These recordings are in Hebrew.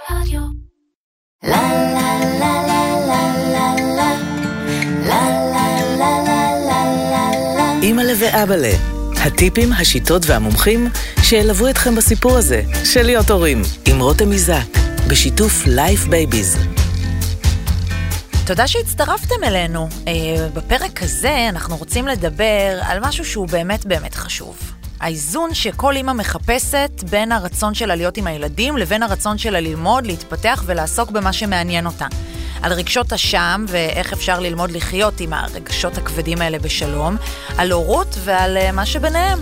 רדיו. לה לה לה לה לה לה לה לה לה לה לה לה. אמא ואבא לה, הטיפים, השיטות והמומחים שילוו אתכם בסיפור הזה של להיות הורים, עם רותם איזק, בשיתוף לייף בייביז. תודה שהצטרפתם אלינו. בפרק הזה אנחנו רוצים לדבר על משהו שהוא באמת באמת חשוב. האיזון שכל אמא מחפשת בין הרצון שלה להיות עם הילדים לבין הרצון שלה ללמוד, להתפתח ולעסוק במה שמעניין אותה. על רגשות אשם ואיך אפשר ללמוד לחיות עם הרגשות הכבדים האלה בשלום, על הורות ועל מה שביניהם.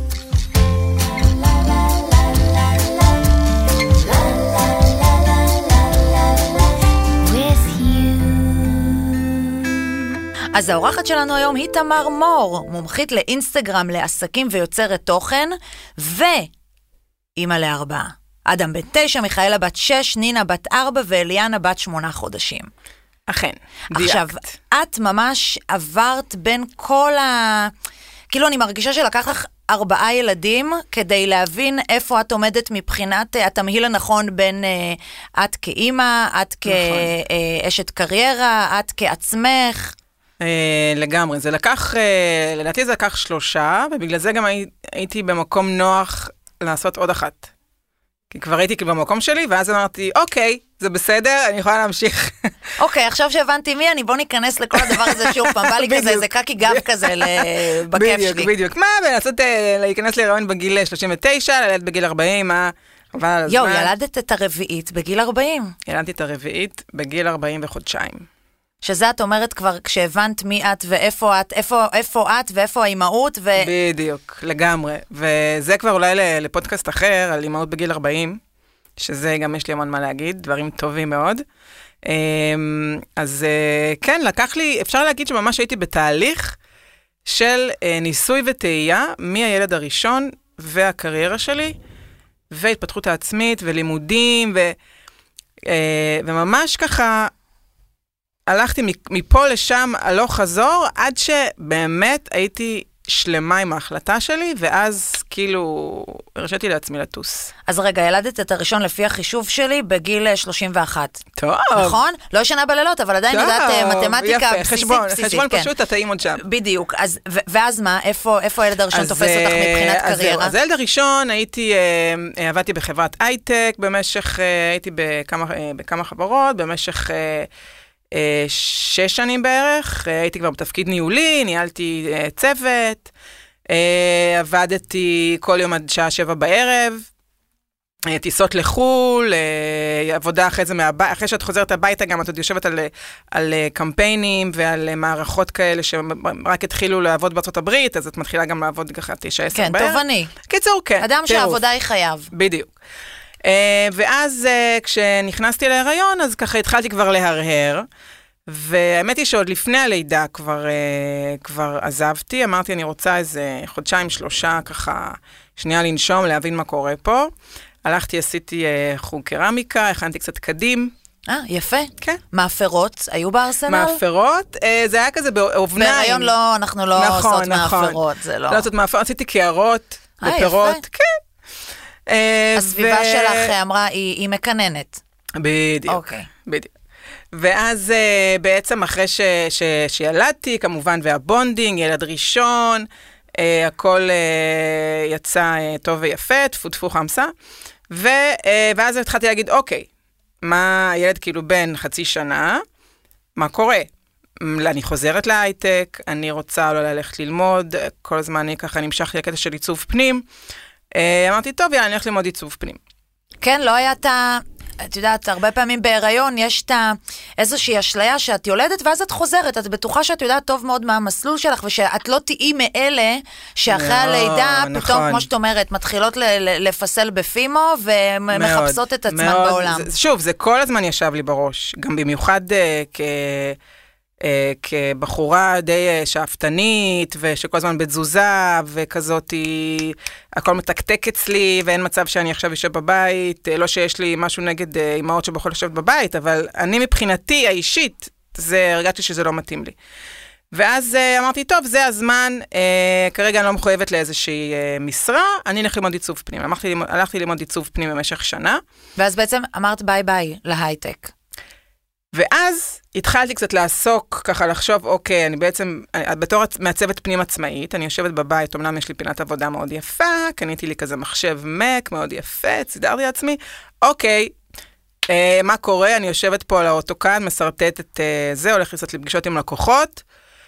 אז האורחת שלנו היום היא תמר מור, מומחית לאינסטגרם, לעסקים ויוצרת תוכן, ואימא ל4. אדם בן 9, מיכאלה בת 6, נינה בת 4 ואליאנה בת 8 חודשים. אכן, דייקת. עכשיו, את ממש עברת בין כל כאילו אני מרגישה שלקח לך 4 ילדים, כדי להבין איפה את עומדת מבחינת התמהיל הנכון בין את כאימא, את כאשת קריירה, את כעצמך. לגמרי, זה לקח, לדעתי זה לקח 3, ובגלל זה גם הייתי במקום נוח לעשות עוד אחת. כי כבר הייתי במקום שלי, ואז אמרתי, אוקיי, זה בסדר, אני יכולה להמשיך. אוקיי, עכשיו שהבנתי מי, בוא ניכנס לכל הדבר הזה שוב פעם, בא לי כזה, זה קקי גב כזה בכיף שלי. בדיוק, מה, ולעשות, להיכנס להיריון בגיל 39, ללדת בגיל 40, יו, ילדת את הרביעית בגיל 40. ילדתי את הרביעית בגיל 40 וחודשיים. שזה את אומרת כבר כשהבנת מי את ואיפה את, איפה את ואיפה האימהות בדיוק, לגמרי. וזה כבר אולי לפודקאסט אחר, על אימהות בגיל 40, שזה גם יש לי המון מה להגיד, דברים טובים מאוד. אז כן, לקח לי, אפשר להגיד שממש הייתי בתהליך של ניסוי וטעייה, מהילד הראשון והקריירה שלי, והתפתחות העצמית ולימודים, וממש ככה, הלכתי מפה לשם הלוך חזור, עד שבאמת הייתי שלמה עם ההחלטה שלי, ואז כאילו הרשיתי לעצמי לטוס. אז רגע, ילדת את הראשון לפי החישוב שלי בגיל 31. טוב. נכון? לא ישנה בלילות, אבל עדיין יודעת מתמטיקה בסיסית. חשבון פשוט, התאים עוד שם. בדיוק. ואז מה? איפה הילד הראשון תופס אותך מבחינת קריירה? אז הילד הראשון, עבדתי בחברת הייטק, הייתי בכמה חברות, במשך 6 שנים בערך, הייתי כבר בתפקיד ניהולי, ניהלתי צוות, עבדתי כל יום עד שעה 7 בערב, טיסות לחול, עבודה אחרי זה אחרי שאת חוזרת הביתה, גם את עוד יושבת על קמפיינים ועל מערכות כאלה שרק התחילו לעבוד בארצות הברית, אז את מתחילה גם לעבוד ככה 9-10 בערב. כן, תובעני. קיצור, כן. אדם שהעבודה היא חייב. בדיוק. ואז כשנכנסתי להיריון, אז ככה התחלתי כבר להרהר, והאמת היא שעוד לפני הלידה כבר עזבתי, אמרתי אני רוצה איזה 1-3 ככה שנייה לנשום, להבין מה קורה פה. הלכתי, עשיתי חוג קרמיקה, הכנתי קצת קדים. יפה. כן. מאפרות, היו בארסנל? מאפרות, זה היה כזה באובניים. בהיריון לא, אנחנו לא עושות מאפרות, זה לא. לא עושות מאפרות, עשיתי קערות בפירות. כן. הסביבה שלך אמרה, היא מקננת. בדיוק. אוקיי. בדיוק. ואז בעצם אחרי שילדתי, כמובן, והבונדינג, ילד ראשון, הכל יצא טוב ויפה, תפו חמסה, ואז התחלתי להגיד, אוקיי, מה הילד כאילו בן חצי שנה, מה קורה? אני חוזרת להייטק, אני רוצה לא ללכת ללמוד, כל הזמן אני ככה נמשך לי הקטע של עיצוב פנים, אמרתי, טוב, יאללה, אני הולך ללמוד עיצוב פנים. כן, לא היה את יודעת, הרבה פעמים בהיריון יש איזושהי אשליה שאת יולדת, ואז את חוזרת, את בטוחה שאת יודעת טוב מאוד מה המסלול שלך, ושאת לא תהיי מאלה שאחרי הלידה, פתאום, כמו שאת אומרת, מתחילות לפסל בפימו, ומחפשות את עצמן בעולם. שוב, זה כל הזמן ישב לי בראש, גם במיוחד כבחורה די שאפתנית, ושכל הזמן בתזוזה, וכזאת הכל מתקתק אצלי, ואין מצב שאני עכשיו יושב בבית, לא שיש לי משהו נגד אמהות שבכל לשבת בבית, אבל אני מבחינתי האישית, הרגשתי שזה לא מתאים לי. ואז אמרתי, טוב, זה הזמן, כרגע אני לא מחויבת לאיזושהי משרה, אני אלך ללמוד עיצוב פנים. הלכתי ללמוד עיצוב פנים במשך שנה. ואז בעצם אמרת ביי ביי להייטק. ואז התחלתי קצת לעסוק, ככה לחשוב, אוקיי, אני בעצם, בתור מעצבת פנים עצמאית, אני יושבת בבית, אמנם יש לי פינת עבודה מאוד יפה, קניתי לי כזה מחשב מק מאוד יפה, סידרתי לעצמי, אוקיי, מה קורה? אני יושבת פה על האוטוקאד, מסרטט את זה, הולך לעשות לי פגישות עם לקוחות,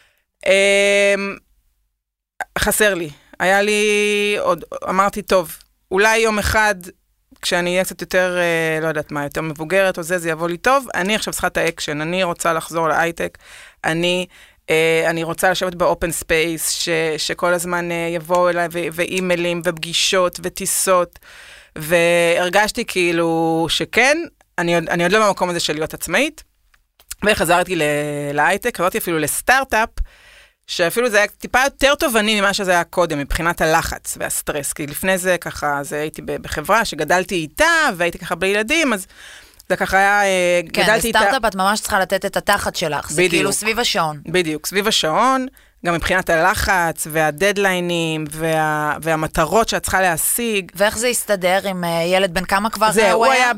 חסר לי. היה לי עוד, אמרתי, טוב, אולי יום אחד, כשאני אהיה קצת יותר, לא יודעת מה, יותר מבוגרת או זה יבוא לי טוב, אני עכשיו צריכה את האקשן, אני רוצה לחזור להייטק, אני רוצה לשבת באופן ספייס, שכל הזמן יבואו אליי, ואימיילים, ופגישות, וטיסות, והרגשתי כאילו שכן, אני עוד לא במקום הזה של להיות עצמאית, וחזרתי להייטק, חזרתי אפילו לסטארט-אפ, שאפילו זה היה טיפה יותר תובעני ממה שזה היה קודם, מבחינת הלחץ והסטרס, כי לפני זה ככה, זה הייתי בחברה שגדלתי איתה, והייתי ככה בלי ילדים, אז זה ככה היה, גדלתי איתה. כן, בסטארט-אפ את ממש צריכה לתת את התחת שלך, זה כאילו סביב השעון. בדיוק, סביב השעון, גם מבחינת הלחץ, והדדליינים, והמטרות שאת צריכה להשיג. ואיך זה יסתדר עם ילד בן כמה כבר זה,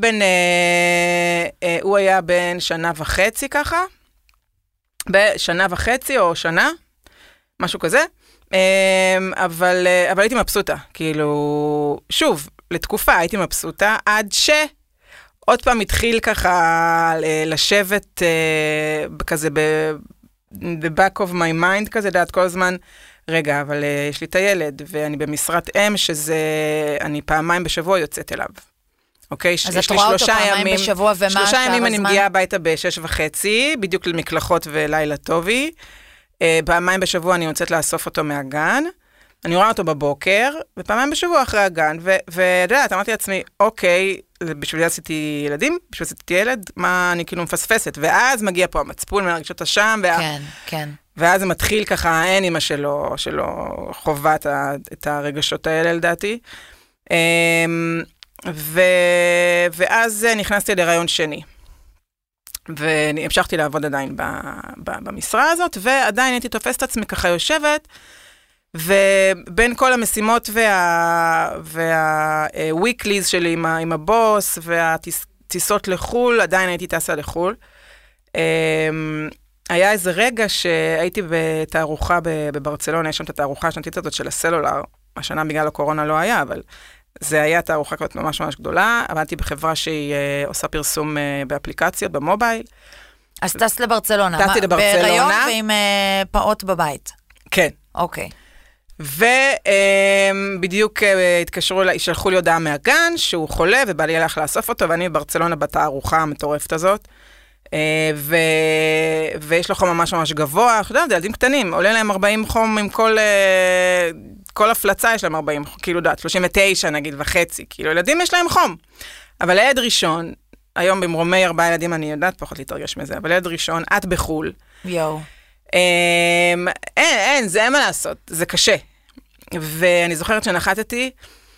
הוא היה בן שנה וחצי ככה, בשנה וחצי או שנה, משהו כזה, אבל הייתי מבסוטה, כאילו, שוב, לתקופה הייתי מבסוטה, עד שעוד פעם התחיל ככה לשבת כזה ב-back of my mind כזה, דעת כל הזמן, רגע, אבל יש לי את הילד, ואני במשרת אם, שזה, אני פעמיים בשבוע יוצאת אליו. אוקיי, אז את רואה אותו פעמיים בשבוע, ומה השאר הזמן? 3 ימים אני מגיעה הביתה ב6:30, בדיוק למקלחות ולילה טובי. פעמיים בשבוע אני יוצאת לאסוף אותו מהגן. אני רואה אותו בבוקר, ופעמיים בשבוע אחרי הגן. ודעת, אמרתי לעצמי, אוקיי, בשביל זה עשיתי ילדים, בשביל זה עשיתי ילד, מה אני כאילו מפספסת? ואז מגיע פה המצפון מלהרגיש אשם, כן, כן. ואז זה מתחיל ככה, אין אמא שלו חובה את הרגשות האלה, לדעתי. ואז נכנסתי לרעיון שני, והמשכתי לעבוד עדיין במשרה הזאת, ועדיין הייתי תופסת עצמי ככה יושבת, ובין כל המשימות והוויקליז שלי עם הבוס, והטיסות לחול, עדיין הייתי טסה לחול. היה איזה רגע שהייתי בתערוכה בברצלונה, יש שם את התערוכה השנתית הזאת של הסלולר, השנה בגלל הקורונה לא היה, אבל זה היה תערוכה כזאת ממש ממש גדולה, עבדתי בחברה שהיא עושה פרסום באפליקציות, במובייל. אז טסת לברצלונה. טסתי לברצלונה. בהיריון ועם פעוט בבית. כן. אוקיי. ובדיוק התקשרו, שלחו לי הודעה מהגן, שהוא חולה, ובא לי הלך לאסוף אותו, ואני בברצלונה בתערוכה המטורפת הזאת. ויש לו חום ממש ממש גבוה, אתה יודע, זה ילדים קטנים, עולה להם 40 חום עם כל הפלצה יש להם 40, כאילו דעת, 39 נגיד וחצי, כאילו ילדים יש להם חום. אבל ילד ראשון, היום במרומי 4 ילדים אני יודעת פחות להתרגש מזה, אבל ילד ראשון, את בחול. יואו. אין, זה אין מה לעשות, זה קשה. ואני זוכרת שנחתתי,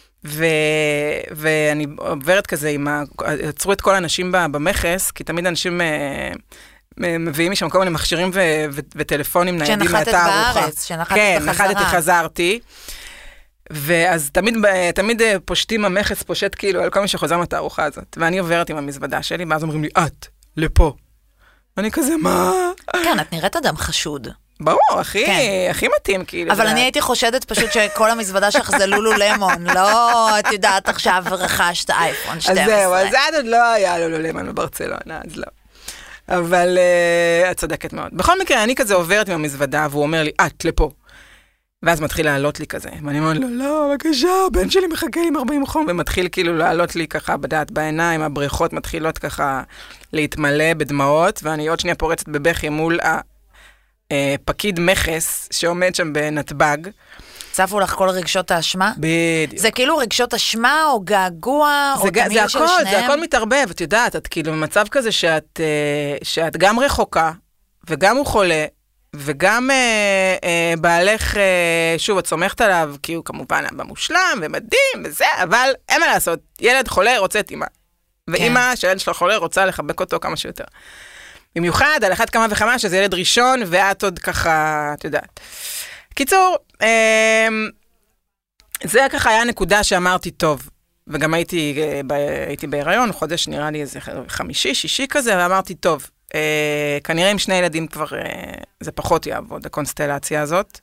ואני עוברת כזה, עצרו את כל האנשים במחס, כי תמיד אנשים מביאים משם כל מיני מכשירים וטלפונים ניידים מהתערוכה. כן, נחתתי, חזרתי. ואז תמיד פושטים המחס, פושט כאילו על כל מי שחוזר מהתערוכה הזאת. ואני עוברת עם המזוודה שלי, ואז אומרים לי, את, לפה. ואני כזה, מה? כן, את נראית אדם חשוד. ברור, הכי מתאים, כאילו. אבל אני הייתי חושדת פשוט שכל המזוודה שלך זה לולו למון, לא, את יודעת, עכשיו רכשת אייפון 12. אז זהו, אז עד עוד לא היה לולו למון בברצלונה, אז לא. אבל את צודקת מאוד. בכל מקרה, אני כזה עוברת עם המזוודה, והוא אומר לי, את, לפה. ואז מתחיל לעלות לי כזה, ואני אומר, לא, בבקשה, הבן שלי מחכה עם 40 חום, ומתחיל כאילו לעלות לי ככה בדעת בעיניים, הבריכות מתחילות ככה להתמלא בדמעות, ואני עוד שנייה פורצת בבכי מול פקיד מכס שעומד שם בנתב"ג. צפו לך כל רגשות האשמה? בדיוק. זה כאילו רגשות אשמה או געגוע או תמיד של שניהם? זה הכל מתערבב, את יודעת, את כאילו במצב כזה שאת גם רחוקה, וגם הוא חולה, וגם בעלך, שוב, את סומכת עליו, כי הוא כמובן במושלם ומדהים וזה, אבל אין מה לעשות, ילד חולה רוצה את אמא. ואמא שהילד שלו חולה רוצה לחבק אותו כמה שיותר. במיוחד על אחת כמה וכמה שזה ילד ראשון, ואת עוד ככה, את יודעת. קיצור, זה ככה היה נקודה שאמרתי טוב, וגם הייתי בהיריון, חודש נראה לי איזה חמישי, שישי כזה, ואמרתי טוב, כנראה עם 2 ילדים כבר זה פחות יעבוד, הקונסטלציה הזאת.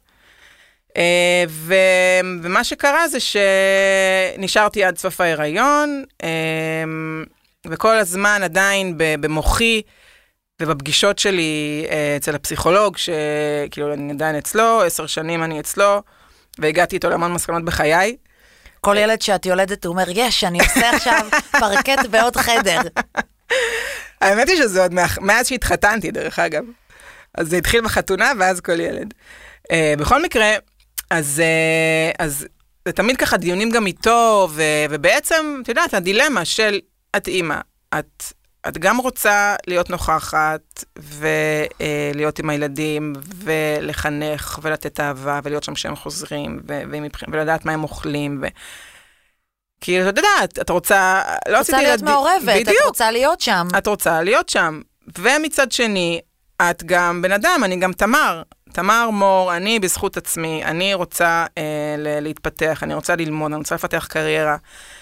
ומה שקרה זה שנשארתי עד סוף ההיריון, וכל הזמן עדיין במוחי, ובפגישות שלי אצל הפסיכולוג, שכאילו אני עדיין אצלו, 10 שנים אני אצלו, והגעתי איתו להמון מסקנות בחיי. כל ילד שאת יולדת, הוא אומר, אני עושה עכשיו פרקט בעוד חדר. האמת היא שזה עוד מאז שהתחתנתי, דרך אגב. אז זה התחיל בחתונה, ואז כל ילד. בכל מקרה, אז זה תמיד ככה דיונים גם איתו, ובעצם, את יודעת, הדילמה של את אימא, את גם רוצה להיות נוכחת, ולהיות עם הילדים, ולחנך, ולתת אהבה, ולהיות שם שהם חוזרים, ולדעת מה הם אוכלים, כאילו, את יודעת, את רוצה... את רוצה להיות מעורבת, את רוצה להיות שם. את רוצה להיות שם. ומצד שני, את גם בן אדם, אני גם תמר מור, אני בזכות עצמי, אני רוצה להתפתח, אני רוצה ללמוד, אני רוצה לפתח קריירה.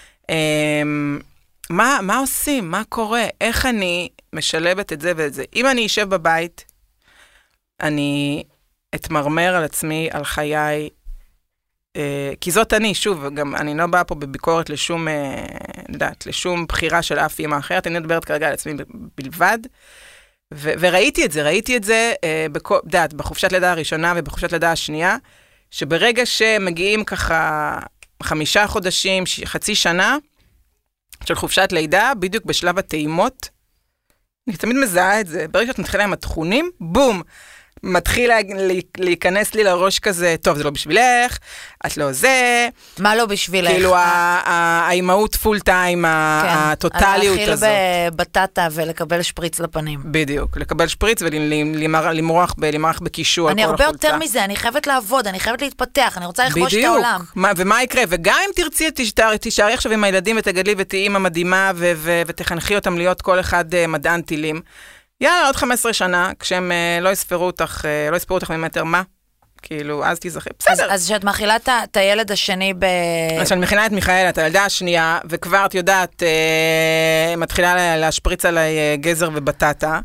מה עושים? מה קורה? איך אני משלבת את זה ואת זה? אם אני אשב בבית, אני אתמרמר על עצמי, על חיי, כי זאת אני, שוב, גם אני לא באה פה בביקורת לשום, לשום בחירה של אף אימא אחרת, אני מדברת כרגע על עצמי בלבד, וראיתי את זה, בחופשת לידה הראשונה ובחופשת לידה השנייה, שברגע שמגיעים ככה 5 חודשים, חצי שנה, של חופשת לידה, בדיוק בשלב הטעימות, אני תמיד מזהה את זה, ברגע שאת מתחילה עם התכונים, בום, מתחיל להיכנס לי לראש כזה, טוב, זה לא בשבילך, את לא זה. מה לא בשבילך? כאילו, האימהות פול טיים, הטוטליות הזאת. להאכיל בבטטה ולקבל שפריץ לפנים. בדיוק, לקבל שפריץ ולמרוח בקישור. אני הרבה יותר מזה, אני חייבת לעבוד, אני חייבת להתפתח, אני רוצה לכבוש את העולם. ומה יקרה? וגם אם תרצי, תישארי עכשיו עם הילדים ותגדלי ותהיי אימא מדהימה ותחנכי אותם להיות כל אחד מדען טילים. יאללה, עוד 15 שנה, כשהם לא יספרו אותך ממטר, מה? כאילו, אז תזכי, בסדר. אז שאת מכילה את הילד השני אז שאני מכינה את מיכאל, את הילדה השנייה, וכבר את יודעת, מתחילה להשפריץ עליי גזר ובטטה.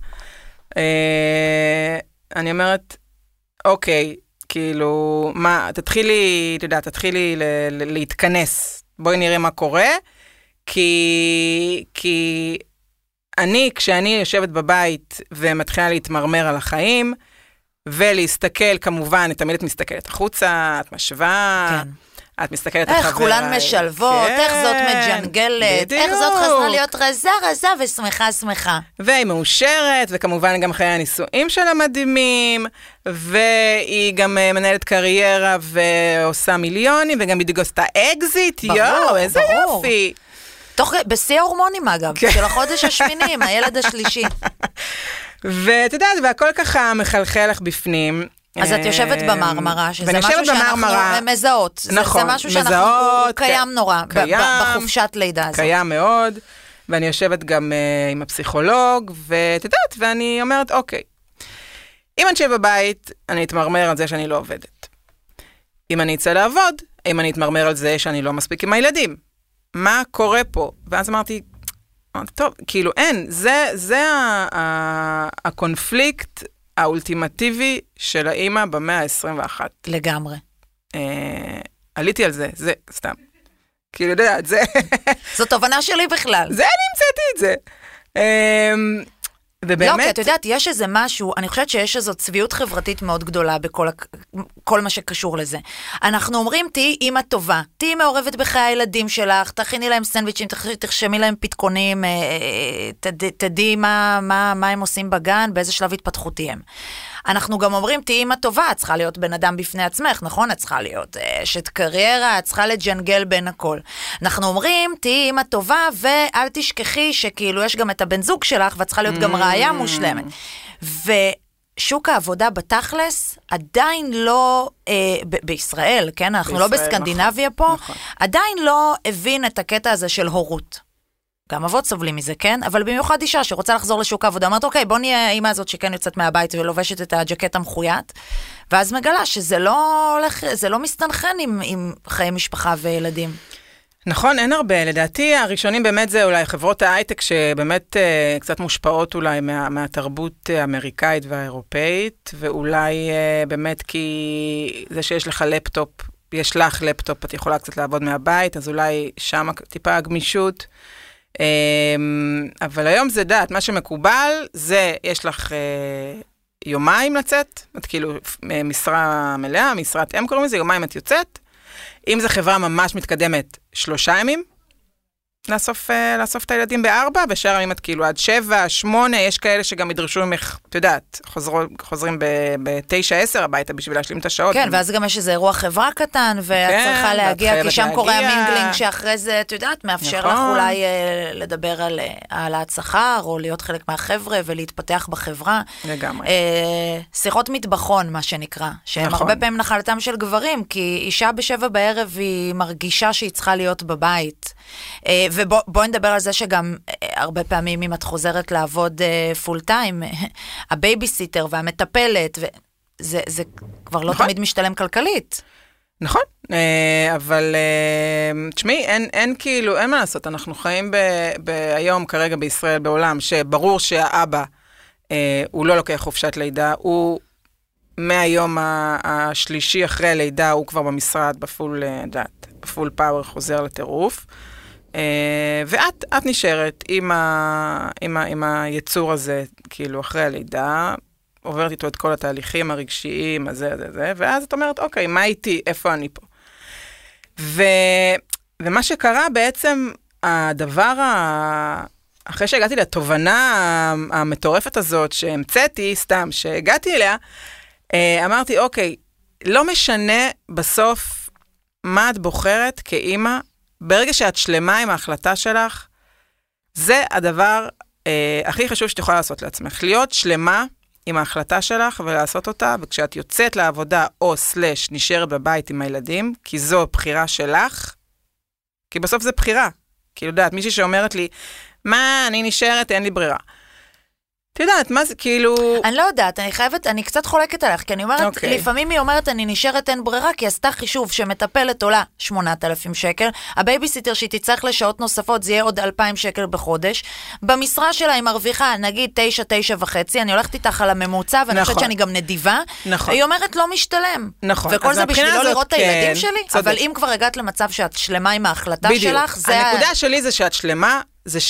אני אומרת, אוקיי, כאילו, מה, תתחילי להתכנס. בואי נראה מה קורה, כי כשאני יושבת בבית ומתחילה להתמרמר על החיים, ולהסתכל, כמובן, את תמיד מסתכלת החוצה, את משווה, את מסתכלת איך כולן משלבות, איך זאת מג'נגלת, איך זאת חזרה להיות רזה ושמחה. והיא מאושרת, וכמובן גם חיי הנישואים שלה מדהימים, והיא גם מנהלת קריירה ועושה מיליונים, וגם בדיוק עושה אקזיט, יואו, איזה יופי. בשיא ההורמונים אגב, של החודש השמיני, עם הילד השלישי. ואת יודעת, והכל ככה מחלחל לך בפנים. אז את יושבת במרמרה, שזה משהו שאנחנו מזהות. נכון, זה משהו שאנחנו קיים נורא, בחופשת לידה הזאת. קיים מאוד, ואני יושבת גם עם הפסיכולוג, ואת יודעת, ואני אומרת, אוקיי, אם אני אשב בבית, אני אתמרמר על זה שאני לא עובדת. אם אני אצא לעבוד, אם אני אתמרמר על זה שאני לא מספיק עם הילדים. מה קורה פה? ואז אמרתי, טוב, כאילו אין, זה הקונפליקט האולטימטיבי של האמא במאה ה-21. לגמרי. עליתי על זה סתם. כאילו, יודעת, זה... זאת תובנה שלי בכלל. זה אני המצאתי את זה. ובאמת... לא, כי את יודעת, יש איזה משהו, אני חושבת שיש איזו צביעות חברתית מאוד גדולה בכל מה שקשור לזה. אנחנו אומרים, תהי אימא טובה, תהי מעורבת בחיי הילדים שלך, תכיני להם סנדוויצ'ים, תרשמי להם פתקונים, תדעי מה הם עושים בגן, באיזה שלב התפתחותי הם. אנחנו גם אומרים, תהי אימא טובה, את צריכה להיות בן אדם בפני עצמך, נכון? את צריכה להיות אשת קריירה, את צריכה לג'נגל בין הכל. אנחנו אומרים, תהי אימא טובה, ואל תשכחי שכאילו יש גם את הבן זוג שלך, ואת צריכה להיות גם ראיה מושלמת. ושוק העבודה בתכלס, עדיין לא, בישראל, כן? אנחנו לא בסקנדינביה פה, עדיין לא הבין את הקטע הזה של הורות. גם אבות סובלים מזה, כן? אבל במיוחד אישה שרוצה לחזור לשוק העבודה, אומרת, אוקיי, בוא נהיה האמא הזאת שכן יוצאת מהבית ולובשת את הג'קט המחויית, ואז מגלה שזה לא מסתנכן עם חיי משפחה וילדים. נכון, אין הרבה. לדעתי, הראשונים באמת זה אולי חברות ההייטק שבאמת קצת מושפעות אולי מהתרבות האמריקאית והאירופאית, ואולי באמת כי זה שיש לך לפטופ, יש לך לפטופ, את יכולה קצת לעבוד מהבית, אז אולי שם טיפה הגמישות. אבל היום זה דעת, מה שמקובל זה, יש לך יומיים לצאת, את כאילו משרה מלאה, משרת אם קוראים לזה, יומיים את יוצאת. אם זו חברה ממש מתקדמת, 3 ימים, לאסוף את הילדים ב4, בשאר ימים את כאילו עד 7, 8, יש כאלה שגם ידרשו ממך, את יודעת, חוזרים ב9-10 הביתה בשביל להשלים את השעות. כן, ואז גם יש איזה אירוע חברה קטן, ואת צריכה להגיע, כי שם קורה המינגלינג, שאחרי זה, את יודעת, מאפשר לך אולי לדבר על העלאת שכר, או להיות חלק מהחבר'ה, ולהתפתח בחברה. לגמרי. שיחות מטבחון, מה שנקרא, שהם הרבה פעמים נחלתם של גברים, כי אישה ב7 בערב היא מרגישה שהיא צריכה להיות בבית. ובואי נדבר על זה שגם הרבה פעמים אם את חוזרת לעבוד פול טיים, הבייביסיטר והמטפלת, זה כבר לא תמיד משתלם כלכלית. נכון, אבל תשמעי, אין כאילו, אין מה לעשות, אנחנו חיים היום כרגע בישראל בעולם שברור שהאבא הוא לא לוקח חופשת לידה, הוא מהיום השלישי אחרי הלידה הוא כבר במשרד בפול פאוור חוזר לטירוף. ואת נשארת עם היצור הזה, כאילו אחרי הלידה, עוברת איתו את כל התהליכים הרגשיים, ואז את אומרת, אוקיי, מה איתי, איפה אני פה? ומה שקרה בעצם, אחרי שהגעתי לתובנה המטורפת הזאת, שהמצאתי, סתם, שהגעתי אליה, אמרתי, אוקיי, לא משנה בסוף מה את בוחרת כאימא, ברגע שאת שלמה עם ההחלטה שלך, זה הדבר הכי חשוב שאת יכולה לעשות לעצמך. להיות שלמה עם ההחלטה שלך ולעשות אותה, וכשאת יוצאת לעבודה או נשארת בבית עם הילדים, כי זו בחירה שלך, כי בסוף זה בחירה. כי יודעת, מישהי שאומרת לי, מה, אני נשארת, אין לי ברירה. את יודעת, מה זה, כאילו... אני לא יודעת, אני קצת חולקת עליך, כי אני אומרת, לפעמים היא אומרת, אני נשארת אין ברירה, כי עשתה חישוב שמטפלת עולה 8,000 שקל, הבייביסיטר שהיא תצטרך לשעות נוספות, זה יהיה עוד 2,000 שקל בחודש, במשרה שלה היא מרוויחה, נגיד 9.5, אני הולכת איתך על הממוצע, ואני חושבת שאני גם נדיבה, היא אומרת, לא משתלם. נכון. וכל זה בשביל לא לראות את הילדים שלי, אבל אם כבר הגעת למצב שאת שלמה עם ההחלטה שלך, זה... הנקודה שלי זה שאת שלמה,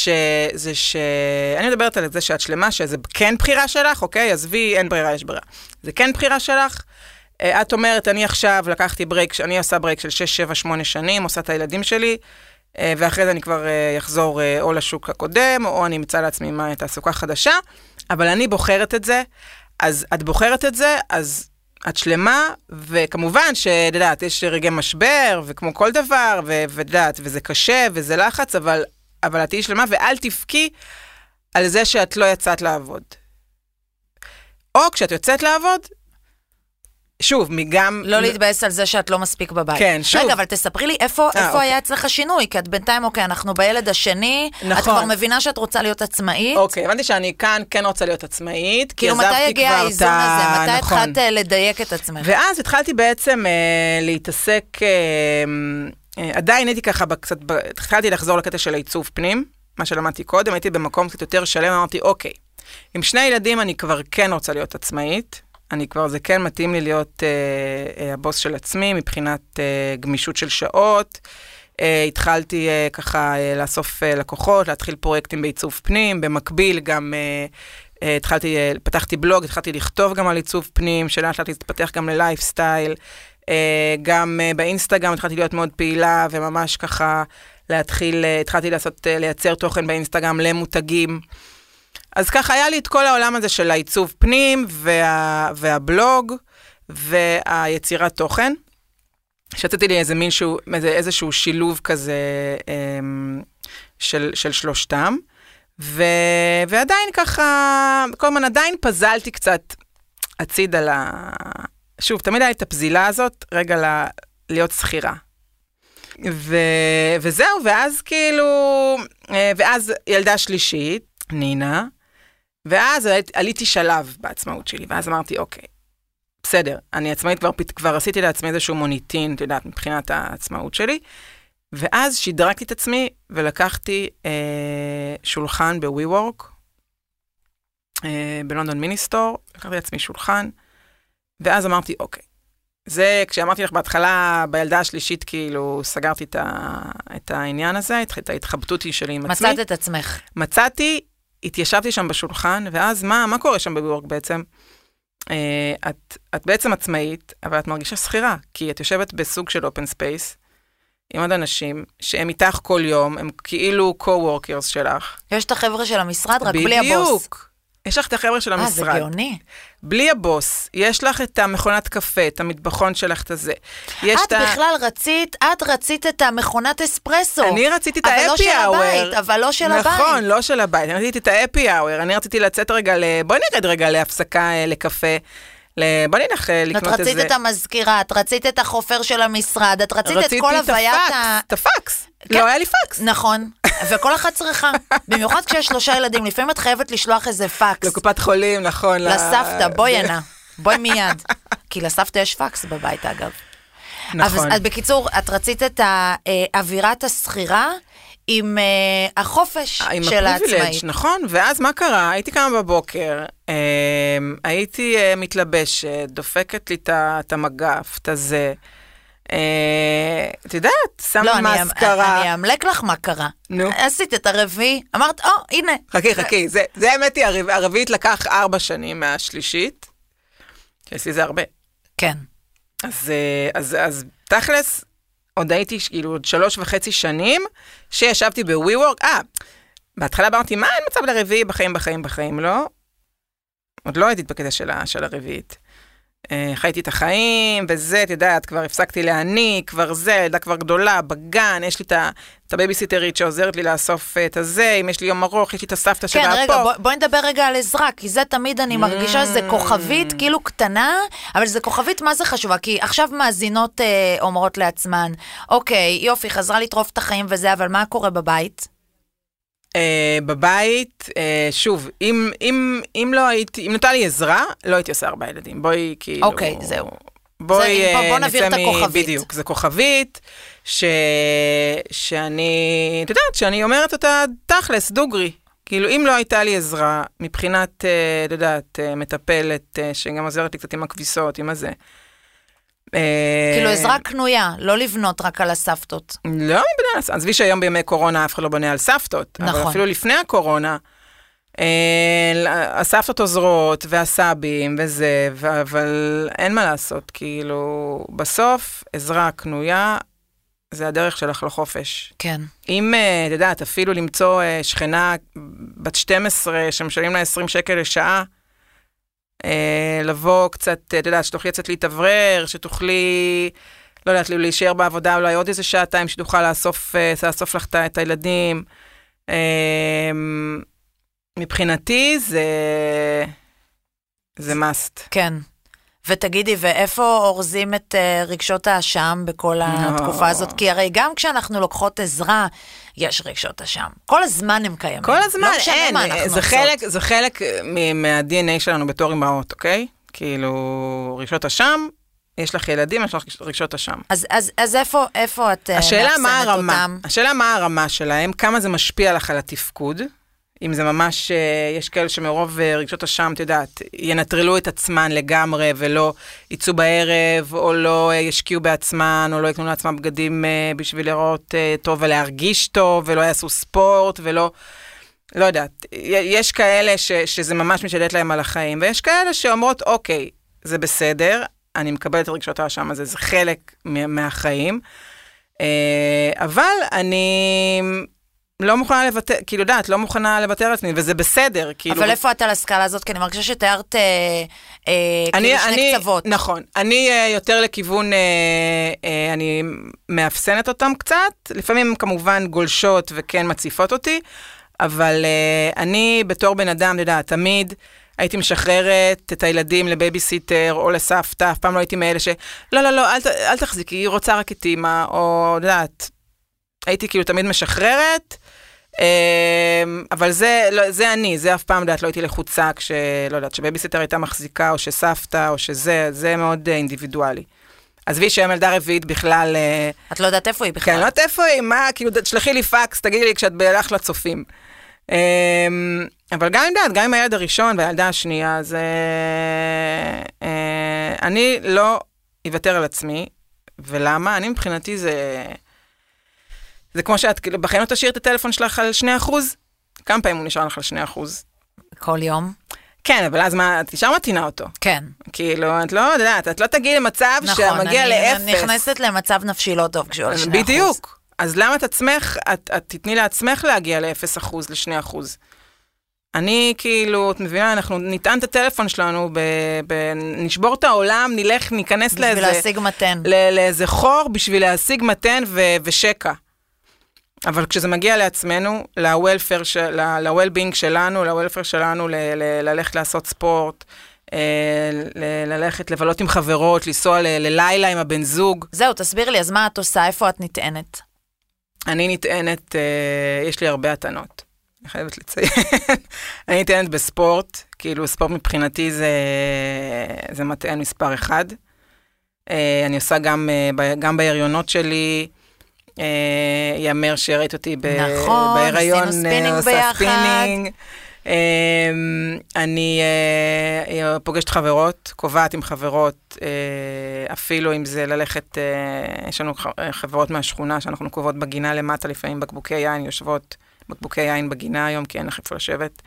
אני מדברת על זה שאת שלמה, שזה כן בחירה שלך, אוקיי? עזבי, אין ברירה, יש ברירה. זה כן בחירה שלך. את אומרת, אני עכשיו לקחתי ברייק, אני עושה ברייק של 6, 7, 8 שנים, עושה את הילדים שלי, ואחרי זה אני כבר אחזור או לשוק הקודם, או אני אמצא לעצמי מה תעסוקה חדשה, אבל אני בוחרת את זה, אז את בוחרת את זה, אז את שלמה, וכמובן שדעת, יש רגעי משבר, וכמו כל דבר, ודעת, וזה קשה, וזה לחץ, אבל את תהיי שלמה, ואל תפקי על זה שאת לא יצאת לעבוד. או כשאת יוצאת לעבוד, שוב, מגם... לא להתבאס על זה שאת לא מספיק בבית. כן, שוב. רגע, אבל תספרי לי איפה היה אצלך שינוי, כי את בינתיים, אוקיי, אנחנו בילד השני, את כבר מבינה שאת רוצה להיות עצמאית. אוקיי, הבנתי שאני כאן כן רוצה להיות עצמאית, כאילו מתי הגיע האיזון הזה? מתי התחלת לדייק את עצמך? ואז התחלתי בעצם להתעסק, עדיין הייתי ככה קצת, התחלתי לחזור לקטע של העיצוב פנים, מה שלמדתי קודם, הייתי במקום קצת יותר שלם, אמרתי, אוקיי, עם 2 ילדים אני כבר כן רוצה להיות עצמאית, זה כן מתאים לי להיות הבוס של עצמי, מבחינת גמישות של שעות, התחלתי ככה לאסוף לקוחות, להתחיל פרויקטים בעיצוב פנים, במקביל גם פתחתי בלוג, התחלתי לכתוב גם על עיצוב פנים, שלאט לאט להתפתח גם ללייפסטייל, גם באינסטגרם התחלתי להיות מאוד פעילה, וממש ככה התחלתי לייצר תוכן באינסטגרם למותגים. אז ככה היה לי את כל העולם הזה של העיצוב פנים, והבלוג, והיצירת תוכן. שתתי לי איזשהו שילוב כזה של שלושתם. ועדיין ככה, כל הזמן עדיין פזלתי קצת הציד על שוב, תמיד היה לי את הפזילה הזאת, רגע להיות שכירה. וזהו, ואז כאילו, ואז ילדה שלישית, נינה, ואז עליתי שלב בעצמאות שלי, ואז אמרתי, אוקיי, בסדר, אני עצמאית, כבר עשיתי לעצמי איזשהו מוניטין, אתה יודעת, מבחינת העצמאות שלי, ואז שדרגתי את עצמי, ולקחתי שולחן ב-WeWork, בלונדון מיניסטור, לקחתי לעצמי שולחן, ואז אמרתי, אוקיי, זה, כשאמרתי לך בהתחלה, בילדה השלישית, כאילו, סגרתי את העניין הזה, את ההתחבטות שלי עם עצמי. מצאת את עצמך. מצאתי, התיישבתי שם בשולחן, ואז מה קורה שם ב-WeWork בעצם? את בעצם עצמאית, אבל את מרגישה שכירה, כי את יושבת בסוג של אופן ספייס, עם עוד אנשים, שהם איתך כל יום, הם כאילו co-workers שלך. יש את החבר'ה של המשרד, רק בלי הבוס. בדיוק. יש לך את החבר'ה של המשרד. זה גאוני. בלי הבוס, יש לך את המכונת קפה, את המטבחון שלך, את הזה. את בכלל רצית את המכונת אספרסו. אני רציתי את האפי האוור. אבל לא של הבית. נכון, לא של הבית. אני רציתי את האפי האוור. אני רציתי לצאת רגע, בוא נרד רגע להפסקה לקפה. בוא נלך לקנות את רצית את המזכירה, את רצית את החופר של המשרד, את רצית את כל הוויית את הפקס. לא היה לי פקס. נכון, וכל אחד צריכה. במיוחד כשיש 3 ילדים, לפעמים את חייבת לשלוח איזה פקס. לקופת חולים, נכון. לסבתא, בואי הנה, בואי מיד. כי לסבתא יש פקס בבית, אגב. נכון. אז בקיצור, את רצית את אווירת הסחירה, עם החופש של העצמאית. נכון, ואז מה קרה? הייתי קמה בבוקר, הייתי מתלבשת, דופקת לי את המגף, את הזה, את יודעת, שמת מאסקרה. אני אמלק לך מה קרה. נו. עשית את הרביעי, אמרת, הנה. חכי, זה האמת היא, הרביעית לקח 4 שנים מהשלישית, שעשי זה הרבה. כן. אז תכלס, עוד הייתי כאילו 3.5 שנים, שישבתי ב-WeWork, בהתחלה אמרתי, מה אין מצב לרביעי בחיים, לא? עוד לא הייתי בקטע של הרביעית. חייתי את החיים, וזה, אתה יודעת, כבר הפסקתי להניק, כבר זה, ילדה כבר גדולה, בגן, יש לי את הבייביסיטרית שעוזרת לי לאסוף את הזה, אם יש לי יום ארוך, יש לי את הסבתא שלה פה. כן, רגע, בואי נדבר רגע על עזרה, כי זה תמיד אני מרגישה שזה כוכבית, כאילו קטנה, אבל זה כוכבית, מה זה חשובה? כי עכשיו מאזינות אומרות לעצמן, אוקיי, יופי, חזרה לטרוף את החיים וזה, אבל מה קורה בבית? בבית, שוב, אם לא הייתי, אם נותן לי עזרה, לא הייתי עושה 4 ילדים. בואי כאילו... אוקיי, זהו. בוא נעביר את הכוכבית. בדיוק, זה כוכבית, שאני, אתה יודעת, שאני אומרת אותה תכלס, דוגרי. כאילו, אם לא הייתה לי עזרה, מבחינת, אתה יודעת, מטפלת, שגם עוזרת לי קצת עם הכביסות, עם הזה. כאילו עזרה קנויה, לא לבנות רק על הסבתות. לא, עזבי שהיום בימי קורונה אף אחד לא בונה על סבתות, נכון. אבל אפילו לפני הקורונה, הסבתות עוזרות והסבים וזה, אבל אין מה לעשות, כאילו, בסוף עזרה קנויה, זה הדרך שלך לחופש. כן. אם, אתה יודעת, אפילו למצוא שכנה בת 12 שמשלים לה 20 שקל לשעה, לבוא קצת, אתה יודעת, שתוכלי לצאת להתאוורר, שתוכלי, לא יודעת, להישאר בעבודה, אולי עוד איזה שעתיים שתוכל לאסוף לך את הילדים. מבחינתי זה must. כן. ותגידי, ואיפה אורזים את רגשות האשם בכל התקופה הזאת? כי הרי גם כשאנחנו לוקחות עזרה, יש רגשות אשם. כל הזמן הם קיימים. כל הזמן, לא משנה מה אנחנו עושות. זה חלק מה-DNA שלנו בתור אמהות, אוקיי? כאילו, רגשות אשם, יש לך ילדים, יש לך רגשות אשם. אז איפה את מאפסנת אותם? השאלה מה הרמה שלהם, כמה זה משפיע לך על התפקוד, אם זה ממש, יש כאלה שמרוב רגשות אשם, אתה יודעת, ינטרלו את עצמן לגמרי, ולא יצאו בערב, או לא ישקיעו בעצמן, או לא יקנו לעצמם בגדים בשביל לראות טוב ולהרגיש טוב, ולא יעשו ספורט, ולא, לא יודעת. יש כאלה שזה ממש משדלת להם על החיים, ויש כאלה שאומרות, אוקיי, זה בסדר, אני מקבלת את רגשות האשם הזה, זה חלק מהחיים, אבל אני לא מוכנה לוותר, כאילו יודעת, לא מוכנה לוותר על עצמי, וזה בסדר, כאילו. אבל איפה את על הסקאלה הזאת? כי אני מרגישה שתיארת כאילו שני קצוות. נכון, אני יותר לכיוון, אני מאפסנת אותם קצת, לפעמים כמובן גולשות וכן מציפות אותי, אבל אני בתור בן אדם, יודעת, תמיד הייתי משחררת את הילדים לבייביסיטר או לסבתא, אף פעם לא הייתי מאלה לא, אל תחזיקי, היא רוצה רק את אמא, או יודעת, הייתי כאילו תמיד משחררת, אבל זה אני, זה אף פעם, יודעת, לא הייתי לחוצה לא יודעת, שבייביסיטר הייתה מחזיקה, או שסבתא, או זה מאוד אינדיבידואלי. עזבי שהיא ילדה רביעית בכלל... את לא יודעת איפה היא בכלל. כן, לא יודעת איפה היא, מה, כאילו, תשלחי לי פקס, תגידי לי כשאת בהלך לצופים. אבל גם עם הילד הראשון והילדה השנייה, אז אני לא אוותר על עצמי, ולמה? אני מבחינתי זה כמו שאת, כאילו, בחיים לא תשאיר את הטלפון שלך על 2%? כמה פעמים הוא נשאר לך על 2%? כל יום. כן, אבל אז מה, את נשאר מתינה אותו. כן. כאילו, את לא יודעת, את לא תגיעי למצב שמגיע לאפס. נכון, אני נכנסת למצב נפשי לא טוב כשהוא על 2%. בדיוק. אז למה את עצמך, את תתני לעצמך להגיע ל-0%, ל-2%? אני כאילו, את מבינה, אנחנו נטען את הטלפון שלנו, נשבור את העולם, נלך, ניכנס בשביל להשיג מתן. לאיזה חור, בשביל להשיג מתן ושקע. אבל כשזה מגיע לעצמנו, ל-well-being שלנו, ל-welfare שלנו, ללכת לעשות ספורט, ללכת לבלות עם חברות, לנסוע ללילה עם הבן זוג. זהו, תסביר לי, אז מה את עושה? איפה את נטענת? אני נטענת, יש לי הרבה התנות. אני חייבת לציין. אני נטענת בספורט, כאילו ספורט מבחינתי זה מטען מספר 1. אני עושה גם בהריונות שלי, יאמר שראית אותי בהיריון, עושה ספינינג. אני פוגשת חברות, קובעת עם חברות, אפילו אם זה ללכת, יש לנו חברות מהשכונה שאנחנו קובעות בגינה למטה, לפעמים בקבוקי יין, יושבות בקבוקי יין בגינה היום, כי אין לך איפה לשבת.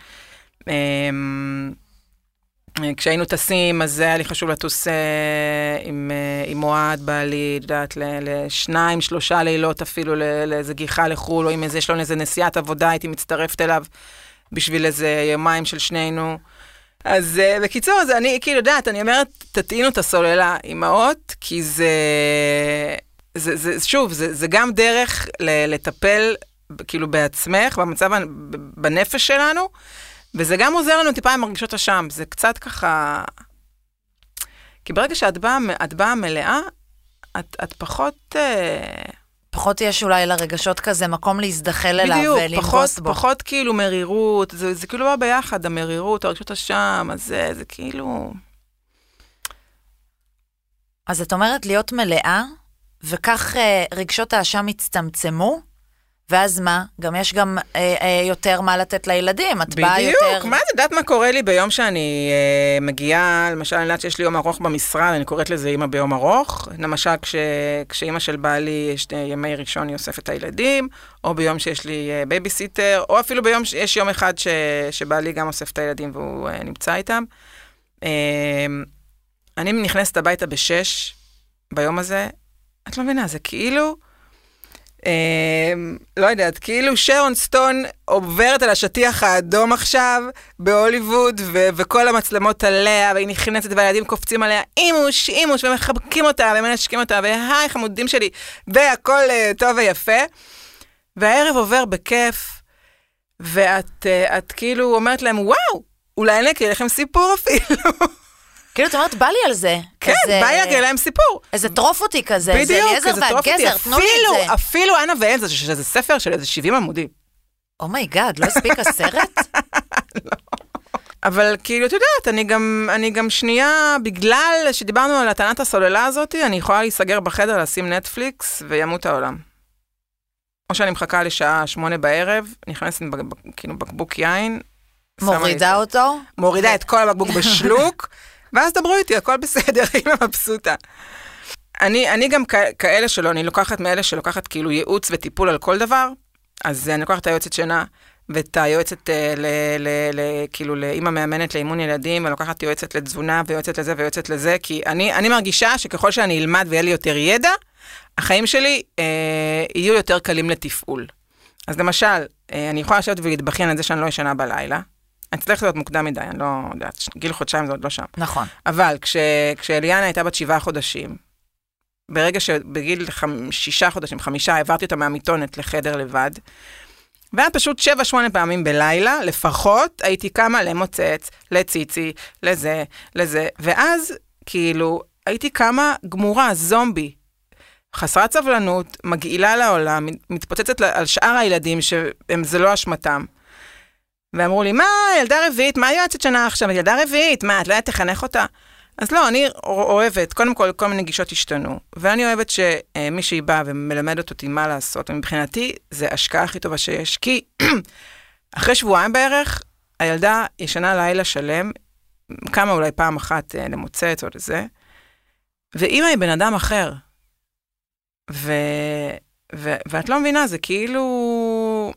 כשהיינו טסים, אז היה לי חשוב לטוס עם מועד בעלי, יודעת, ל2-3 לילות אפילו, לאיזה גיחה לחול, או אם יש לו איזה נסיעת עבודה, הייתי מצטרפת אליו בשביל איזה יומיים של שנינו. אז בקיצור, אז אני כאילו יודעת, אני אומרת, תטעינו את הסוללה אימהות, כי שוב, זה גם דרך לטפל כאילו בעצמך, במצב, בנפש שלנו, וזה גם עוזר לנו טיפה עם הרגישות השם. זה קצת ככה... כי ברגע שאת באה מלאה, את פחות... פחות יש אולי לרגשות כזה מקום להזדחל אליו ולנגוס בו. פחות כאילו מרירות, זה כאילו בא ביחד, המרירות, הרגישות השם, אז זה כאילו... אז את אומרת להיות מלאה, וכך רגשות האשם הצטמצמו, ואז מה? גם יש גם יותר מה לתת לילדים, את באה יותר... בדיוק, מה את יודעת מה קורה לי ביום שאני מגיעה, למשל אני יודעת שיש לי יום ארוך במשרד, אני קוראת לזה אמא ביום ארוך, למשל כשאמא של בעלי יש ימי ראשון היא אוספת את הילדים, או ביום שיש לי בייביסיטר, או אפילו ביום שיש יום אחד שבעלי גם אוסף את הילדים והוא נמצא איתם. אני נכנסת הביתה ב6 ביום הזה, את לא מבינה, זה כאילו... לא יודעת, כאילו שרון סטון עוברת על השטיח האדום עכשיו בהוליווד, וכל המצלמות עליה, והיא נכנסת והילדים קופצים עליה, אימוש, ומחבקים אותה, ומנשקים אותה, והי חמודים שלי, והכל טוב ויפה. והערב עובר בכיף, ואת כאילו אומרת להם, וואו, אולי אני אקריא לכם סיפור אפילו. כאילו, את אומרת, בא לי על זה. כן, בא לי להגיע להם סיפור. איזה טרוף אותי כזה, בדיוק, זה אליעזר והגזר, תנו לי את זה. אפילו אנה ואלזה, שזה ספר של איזה 70 עמודים. אומייגאד, לא הספיק הסרט? לא. אבל כאילו, את יודעת, אני גם שנייה, בגלל שדיברנו על הטענת הסוללה הזאת, אני יכולה להיסגר בחדר, לשים נטפליקס, וימות העולם. או שאני מחכה לשעה 8 בערב, נכנסת כאילו בקבוק יין. מורידה אותו? מורידה את כל הבקבוק בשלוק, ואז דברו איתי, הכל בסדר, אמא מבסוטה. אני גם כאלה שלא, אני לוקחת מאלה שלוקחת כאילו ייעוץ וטיפול על כל דבר, אז אני לוקחת את היועצת שינה, ואת היועצת כאילו לאמא מאמנת לאימון ילדים, ואני לוקחת יועצת לתזונה, ויועצת לזה ויועצת לזה, כי אני מרגישה שככל שאני אלמד ויהיה לי יותר ידע, החיים שלי יהיו יותר קלים לתפעול. אז למשל, אני יכולה לשבת ולהתבכיין על זה שאני לא ישנה בלילה, אני צריך להיות מוקדם מדי, אני לא יודעת, גיל חודשיים זה עוד לא שם. נכון. אבל כשאליאנה הייתה בת 7 חודשים, ברגע שבגיל 6 חודשים, 5, העברתי אותה מהמיטונת לחדר לבד, ואז פשוט 7-8 פעמים בלילה, לפחות הייתי קמה למוצץ, לציצי, לזה, ואז כאילו הייתי קמה גמורה, זומבי, חסרת סבלנות, מגעילה לעולם, מתפוצצת על שאר הילדים שזה לא אשמתם. ואמרו לי, מה, ילדה רביעית, מה יועצת שנה עכשיו? ילדה רביעית, מה, את לא יודעת תחנך אותה? אז לא, אני אוהבת, קודם כל מיני גישות השתנו, ואני אוהבת שמישהי באה ומלמדת אותי מה לעשות, ומבחינתי זה השקעה הכי טובה שיש, כי אחרי שבועיים בערך, הילדה ישנה לילה שלם, כמה אולי פעם אחת למוצץ או לזה, ואמא היא בן אדם אחר. ואת לא מבינה, זה כאילו...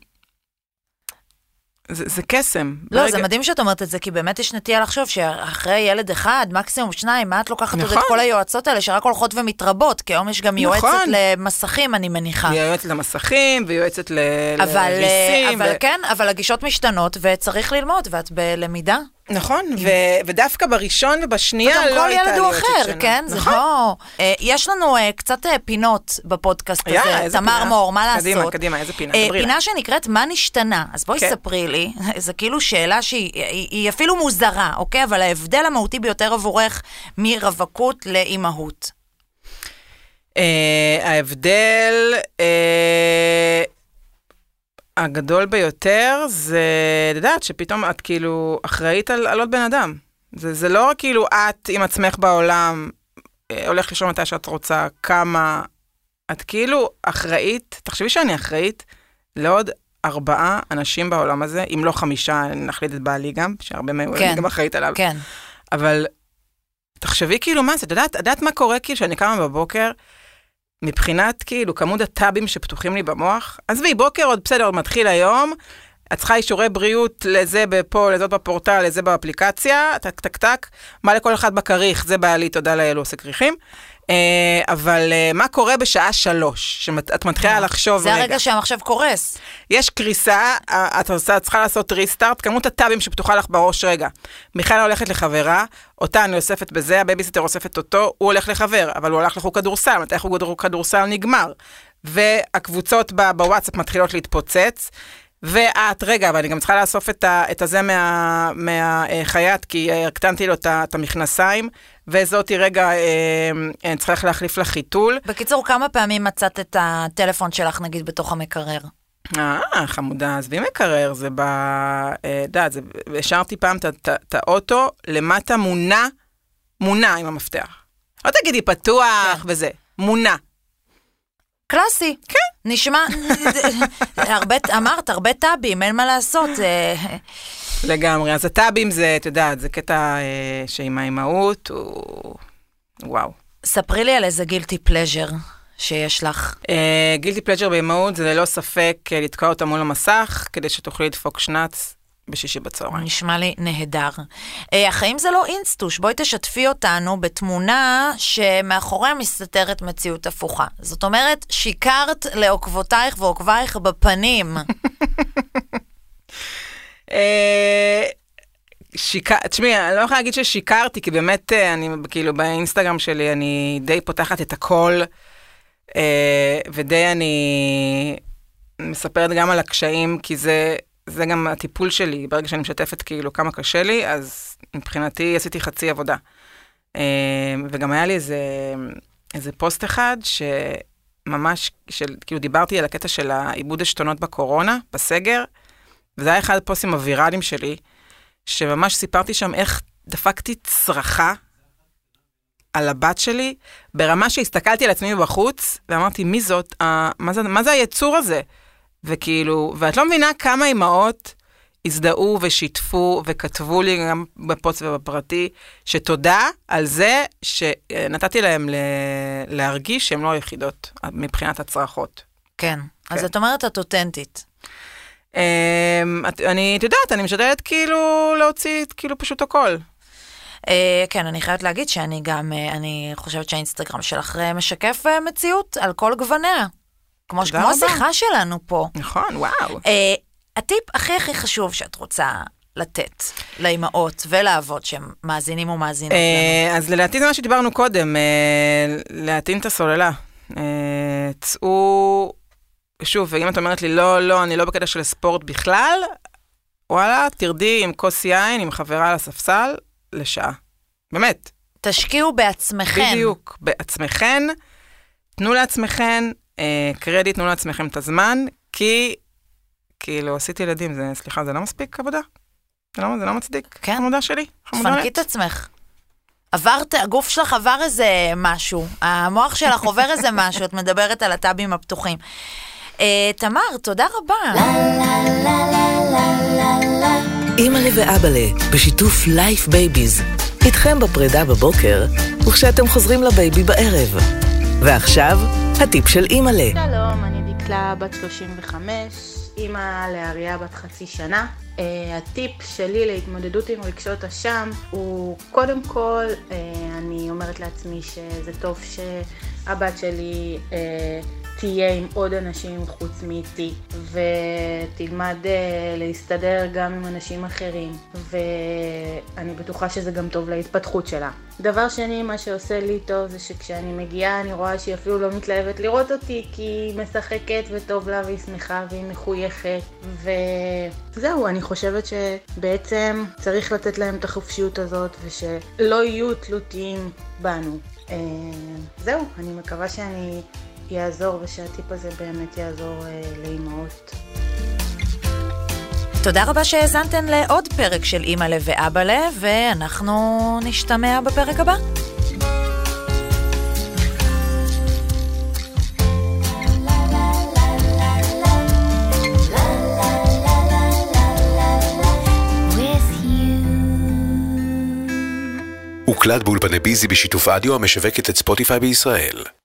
זה קסם. לא, זה מדהים שאת אומרת את זה, כי באמת יש נטייה לחשוב שאחרי ילד אחד, מקסימום 2, מה את לוקחת עוד את כל היועצות האלה, שרק הולכות ומתרבות, כי היום יש גם יועצת למסכים, אני מניחה. היא יועצת למסכים, ויועצת לריסים. אבל כן, אבל הגישות משתנות, וצריך ללמוד, ואת בלמידה. נכון, ודווקא בראשון ובשנייה לא הייתה כל ילד הוא אחר, כן? זה לא... יש לנו קצת פינות בפודקאסט הזה, תמר מור, מה לעשות? קדימה, איזה פינה? פינה שנקראת מה נשתנה, אז בואי ספרי לי, זה כאילו שאלה שהיא אפילו מוזרה, אוקיי? אבל ההבדל המהותי ביותר עבורך מרווקות לאימהות. ההבדל... הגדול ביותר זה, לדעת שפתאום את כאילו אחראית על עוד בן אדם. זה לא רק כאילו את עם עצמך בעולם, הולך לשאול מתי שאת רוצה, כמה, את כאילו אחראית, תחשבי שאני אחראית לעוד 4 אנשים בעולם הזה, אם לא 5, נחליט את בעלי גם, שהרבה מהם אני גם אחראית עליו. כן. אבל תחשבי כאילו מה זה, לדעת מה קורה כאילו שאני קמה בבוקר, מבחינת כאילו כמות הטאבים שפתוחים לי במוח, אז בוקר עוד בסדר, עוד מתחיל היום, את צריכה אישורי בריאות לזה בפה, לזאת בפורטל, לזה באפליקציה, טק טק טק, מה לכל אחד בכריך, זה בעלי, תודה לאלו עושה כריכים, אבל מה קורה בשעה 3, שאת מתחילה לחשוב זה הרגע שהמחשב קורס. יש קריסה, את צריכה לעשות ריסטארט, כמות הטאבים שפתוחה לך בראש רגע. מיכל הולכת לחברה, אותה אני אוספת בזה, הבייביסיטר אוספת אותו, הוא הולך לחבר, אבל הוא הולך לחוג כדורסל, מתי חוג כדורסל נגמר. והקבוצות בוואטסאפ מתחילות להתפוצץ, ואת, רגע, אבל אני גם צריכה לאסוף את הזה מהחייט, כי הקטנתי לו את המכנסיים, וזאתי רגע, צריך להחליף לחיתול. בקיצור, כמה פעמים מצאת את הטלפון שלך, נגיד, בתוך המקרר? חמודה, אז בי מקרר, זה השארתי פעם את האוטו, למטה מונה עם המפתח. לא תגידי פתוח וזה, מונה. קלאסי. כן. נשמע, אמרת, הרבה טאבים, אין מה לעשות. לגמרי, אז הטאבים זה, אתה יודע, זה קטע שעם האימהות, וואו. ספרי לי על איזה גילטי פלז'ר שיש לך. גילטי פלז'ר באימהות זה ללא ספק לתקוע אותה מול המסך, כדי שתוכלי לדפוק שנץ בשישי בצהריים. נשמע לי נהדר. החיים זה לא אינסטוש, בואי תשתפי אותנו בתמונה שמאחוריה מסתתרת מציאות הפוכה. זאת אומרת, שיקרת לעוקבותייך ועוקבייך בפנים. תשמעי, אני לא יכולה להגיד ששיקרתי, כי באמת, אני כאילו באינסטגרם שלי, אני די פותחת את הכל, ודי אני מספרת גם על הקשיים, כי זה גם הטיפול שלי, ברגע שאני משתפת כאילו כמה קשה לי, אז מבחינתי עשיתי חצי עבודה. וגם היה לי איזה פוסט אחד, שממש, כאילו דיברתי על הקטע של העיבוד השתונות בקורונה, בסגר, וזה היה אחד הפוסטים הוויראליים שלי, שממש סיפרתי שם איך דפקתי צרחה על הבת שלי, ברמה שהסתכלתי על עצמי בחוץ, ואמרתי, מי זאת? מה זה היצור הזה? וכאילו, ואת לא מבינה כמה אמהות הזדהו ושיתפו וכתבו לי גם בפוסט ובפרטי, שתודה על זה שנתתי להם להרגיש שהן לא היחידות מבחינת הצרחות. כן, אז את אומרת את אותנטית. אני יודעת, אני משתדלת כאילו להוציא כאילו פשוט הכל. כן, אני חייבת להגיד שאני גם, אני חושבת שהאינסטגרם שלך משקף מציאות על כל גווניה. כמו השיחה שלנו פה. נכון, וואו. הטיפ הכי חשוב שאת רוצה לתת לאמהות ולאבות שהם מאזינים ומאזינות לנו. אז לדעתי זה מה שדיברנו קודם, להטעין את הסוללה. צאו שוב, ואם את אומרת לי, לא, אני לא בקטע של ספורט בכלל, וואלה, תרדי עם כוס יין, עם חברה על הספסל, לשעה. באמת. תשקיעו בעצמכם. בדיוק, בעצמכם. תנו לעצמכם קרדיט, תנו לעצמכם את הזמן, כי, כאילו, עשיתי ילדים, סליחה, זה לא מספיק עבודה? זה לא מצדיק? כן. חמודה שלי? פנקי את עצמך. הגוף שלך עבר איזה משהו, המוח שלך עובר איזה משהו, את מדברת על הטאבים הפתוחים. תמר, תודה רבה. אימא'לה ואבא'לה, בשיתוף לייף בייביז. איתכם בפרידה בבוקר, וכשאתם חוזרים לבייבי בערב. ועכשיו, הטיפ של אימא'לה. שלום, אני דקלה בת 35, אימא לאריה בת חצי שנה. הטיפ שלי להתמודדות עם רגשות אשם הוא קודם כל, אני אומרת לעצמי שזה טוב שהבת שלי תהיה עם עוד אנשים חוץ מאיתי ותלמד להסתדר גם עם אנשים אחרים, ואני בטוחה שזה גם טוב להתפתחות שלה. דבר שני, מה שעושה לי טוב זה שכשאני מגיעה אני רואה שהיא אפילו לא מתלהבת לראות אותי, כי היא משחקת וטוב לה והיא שמחה והיא מחויכת, וזהו, אני חושבת שבעצם צריך לתת להם את החופשיות הזאת ושלא יהיו תלותיים בנו. זהו, אני מקווה שאני יעזור ושהטיפ הזה באמת יעזור לאמהות. תודה רבה שהאזנתן לעוד פרק של אימא'לה ואבא'לה, ואנחנו נשתמע בפרק הבא. הוקלט באולפני ביזי בשיתוף אדיו המשווקת את ספוטיפיי בישראל.